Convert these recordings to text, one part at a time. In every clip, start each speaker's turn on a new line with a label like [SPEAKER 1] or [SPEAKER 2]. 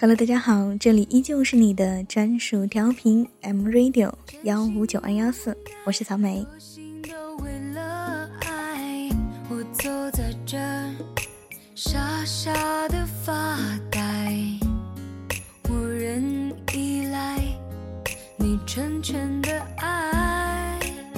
[SPEAKER 1] Hello， 大家好，这里依旧是你的专属调频 M Radio 159214，我是草莓。
[SPEAKER 2] 我走在这傻傻的发呆，我仍依赖你成全的爱。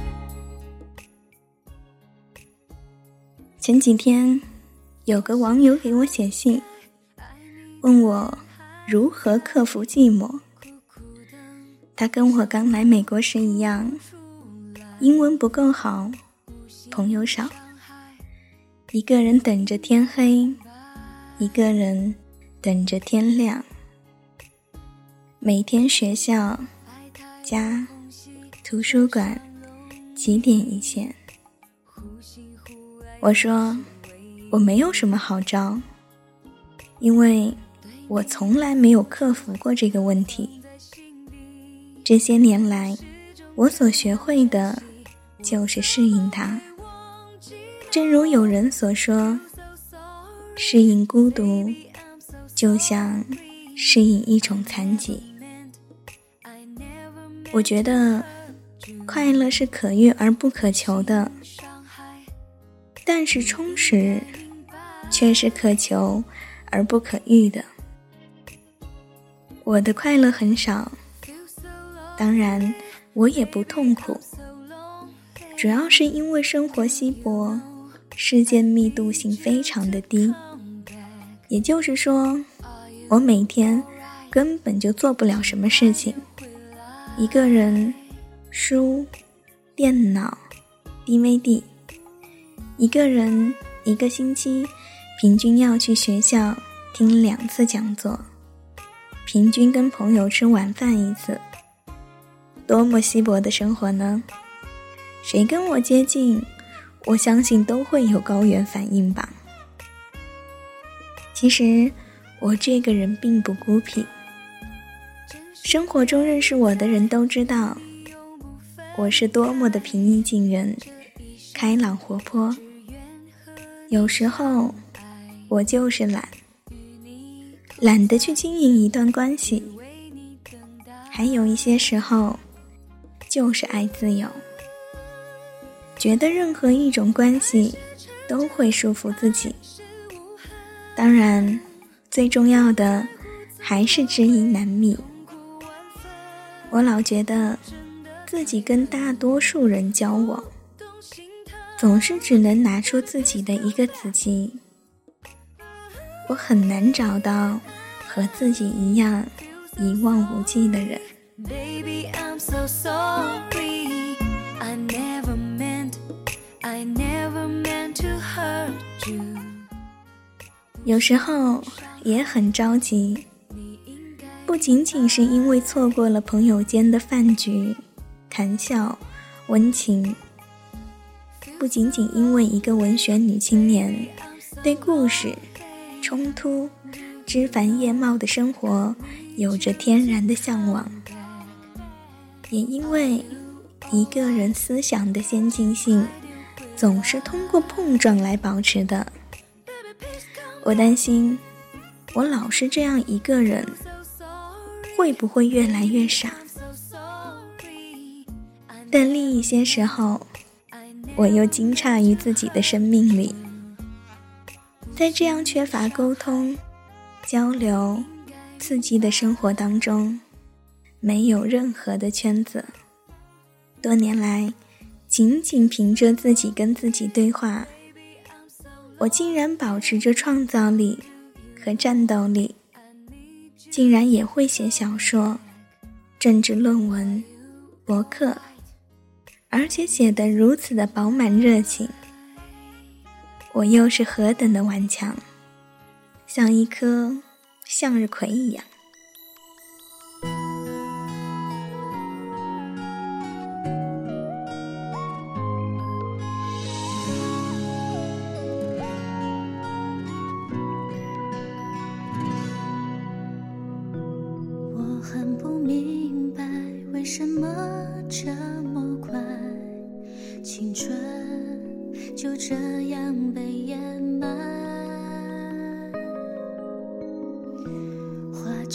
[SPEAKER 1] 前几天有个网友给我写信，问我如何克服寂寞。他跟我刚来美国时一样，英文不够好，朋友少，一个人等着天黑，一个人等着天亮，每天学校、家、图书馆几点一线。我说我没有什么好招，因为我从来没有克服过这个问题。这些年来，我所学会的就是适应它。正如有人所说，适应孤独就像适应一种残疾。我觉得快乐是可遇而不可求的，但是充实却是可求而不可遇的。我的快乐很少，当然我也不痛苦，主要是因为生活稀薄，事件密度性非常的低，也就是说我每天根本就做不了什么事情。一个人书、电脑、DVD， 一个人一个星期平均要去学校听2次讲座，平均跟朋友吃晚饭1次，多么稀薄的生活呢？谁跟我接近，我相信都会有高原反应吧。其实我这个人并不孤僻，生活中认识我的人都知道我是多么的平易近人，开朗活泼。有时候我就是懒得去经营一段关系，还有一些时候就是爱自由，觉得任何一种关系都会束缚自己。当然最重要的还是知音难觅。我老觉得自己跟大多数人交往，总是只能拿出自己的一个子集，我很难找到和自己一样一望无际的人。
[SPEAKER 2] Baby, I'm so sorry. I never meant to hurt you.
[SPEAKER 1] 有时候也很着急，不仅仅是因为错过了朋友间的饭局、谈笑、温情，不仅仅因为一个文学女青年对故事、冲突、枝繁叶茂的生活有着天然的向往，也因为一个人思想的先进性总是通过碰撞来保持的。我担心我老是这样一个人，会不会越来越傻？但另一些时候，我又惊诧于自己的生命里，在这样缺乏沟通、交流、刺激的生活当中，没有任何的圈子。多年来，仅仅凭着自己跟自己对话，我竟然保持着创造力和战斗力，竟然也会写小说、政治论文、博客，而且写得如此的饱满热情。我又是何等的顽强，像一颗向日葵一样。
[SPEAKER 2] 我很不明白为什么这么快，青春就这样被掩埋。花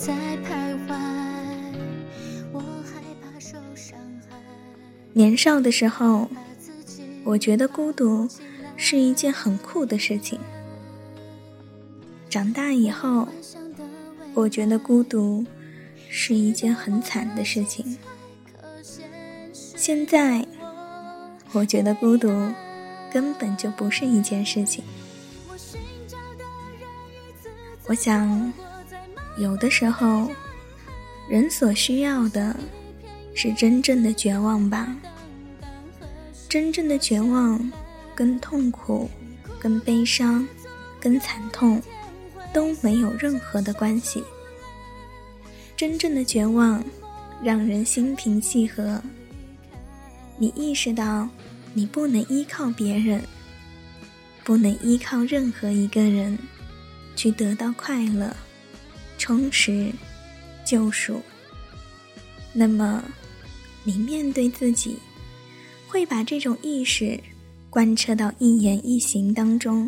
[SPEAKER 2] 在徘徊，我害怕受伤害。
[SPEAKER 1] 年少的时候，我觉得孤独是一件很酷的事情。长大以后，我觉得孤独是一件很惨的事情。现在，我觉得孤独根本就不是一件事情。我想，有的时候，人所需要的是真正的绝望吧。真正的绝望跟痛苦、跟悲伤、跟惨痛都没有任何的关系。真正的绝望让人心平气和，你意识到你不能依靠别人，不能依靠任何一个人去得到快乐、充实、救赎。那么你面对自己，会把这种意识贯彻到一言一行当中。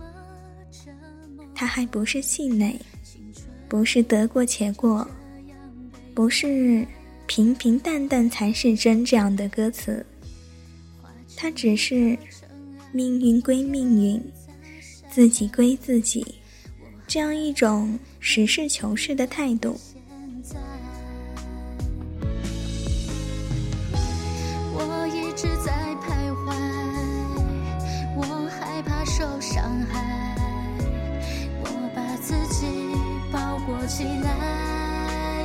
[SPEAKER 1] 它还不是气馁，不是得过且过，不是平平淡淡才是真这样的歌词。它只是命运归命运，自己归自己，这样一种实事求是的态度。
[SPEAKER 2] 我一直在徘徊，我害怕受伤害，我把自己包裹起来，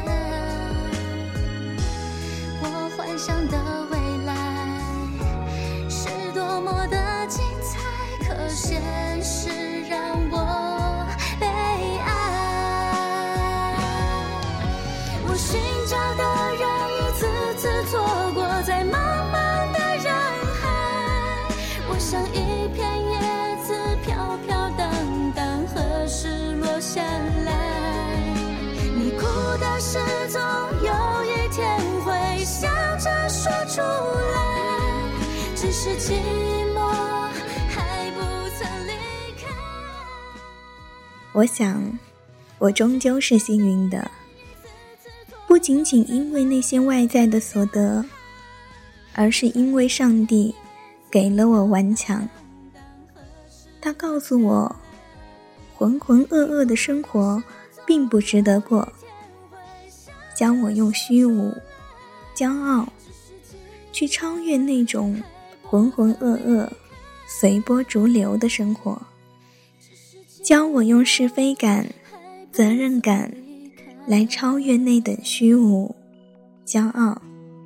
[SPEAKER 2] 我幻想的未来是多么的精彩，可现实让我悲哀。我寻找的人一次次错过在茫茫的人海，我像一片叶子飘飘荡荡，何时落下来？你哭的事总有一天会笑着说出来，只是寂寞还不曾离开。
[SPEAKER 1] 我想，我终究是幸运的，不仅仅因为那些外在的所得，而是因为上帝给了我顽强。他告诉我，浑浑噩噩的生活并不值得过，教我用虚无、骄傲去超越那种浑浑噩噩、随波逐流的生活，教我用是非感、责任感来超越那等虚无、骄傲。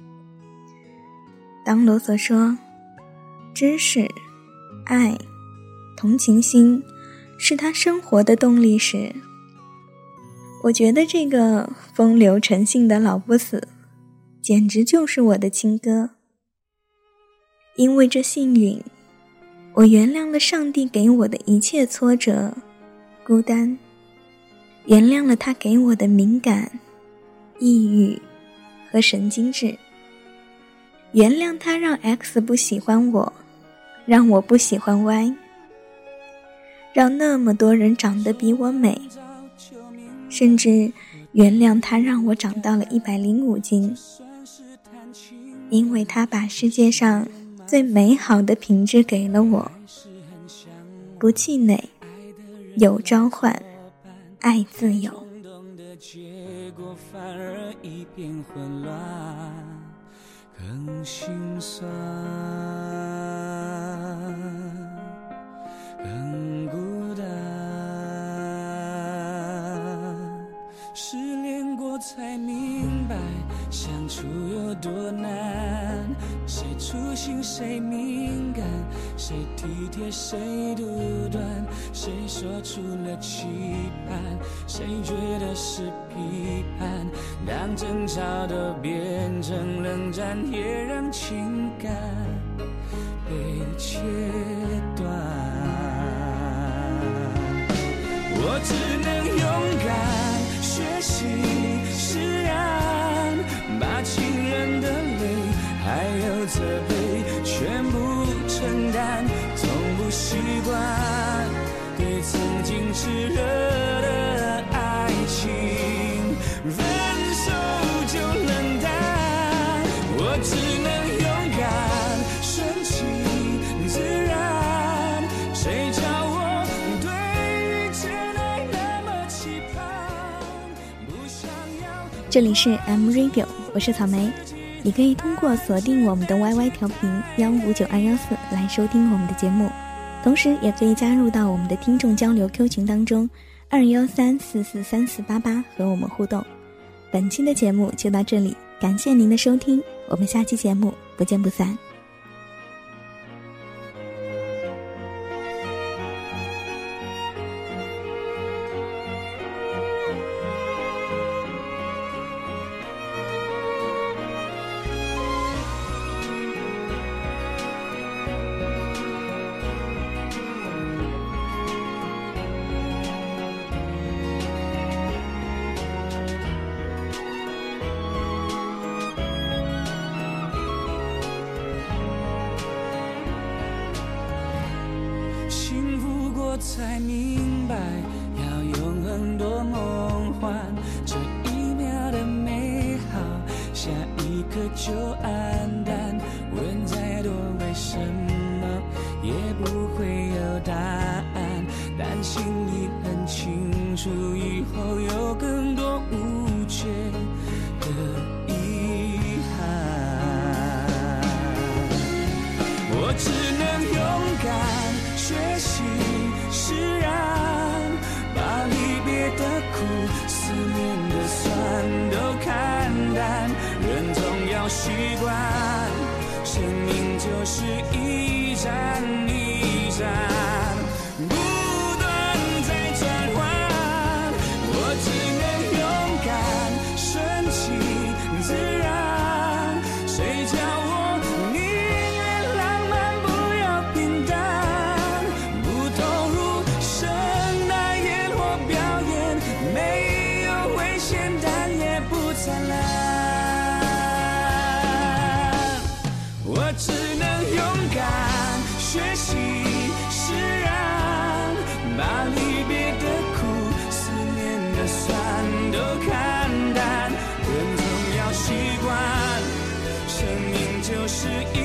[SPEAKER 1] 当罗索说知识、爱、同情心是他生活的动力时，我觉得这个风流成性的老不死简直就是我的亲哥。因为这幸运，我原谅了上帝给我的一切挫折、孤单，原谅了他给我的敏感、抑郁和神经质，原谅他让 X 不喜欢我，让我不喜欢 Y， 让那么多人长得比我美，甚至原谅他让我长到了105斤，因为他把世界上最美好的品质给了我，不气馁，有召唤，爱自由。
[SPEAKER 3] 结果反而一片混乱，更心酸，更孤单。失恋过才明白相处有多难，谁粗心谁敏感，谁体贴谁独断，谁说出了期盼，谁觉得是批判，当争吵都变成冷战，也让情感被切断。我只能勇敢学习释然，把情人的泪还有责备全部承担，从不习惯对曾经炽热的爱情
[SPEAKER 1] 这里是 M Radio， 我是草莓。你可以通过锁定我们的 YY 调频159214来收听我们的节目，同时也可以加入到我们的听众交流 Q 群当中213443488和我们互动。本期的节目就到这里，感谢您的收听，我们下期节目不见不散。
[SPEAKER 3] 幸福过才明白，要永恒多梦幻。这一秒的美好，下一刻就黯淡。问再多为什么，也不会有答案。但心里很清楚，以后有更多无解的遗憾。我只能勇敢学习释然，把离别的苦、思念的酸都看淡。人总要习惯，生命就是一站一站，不断在转换。我只能勇敢顺其自然，谁叫我宁愿浪漫不要平淡，不投入盛大烟火表演，没有危险但也不灿烂。我只能勇敢学习释然，把离别的苦、思念的酸都看淡。人总要习惯，生命就是一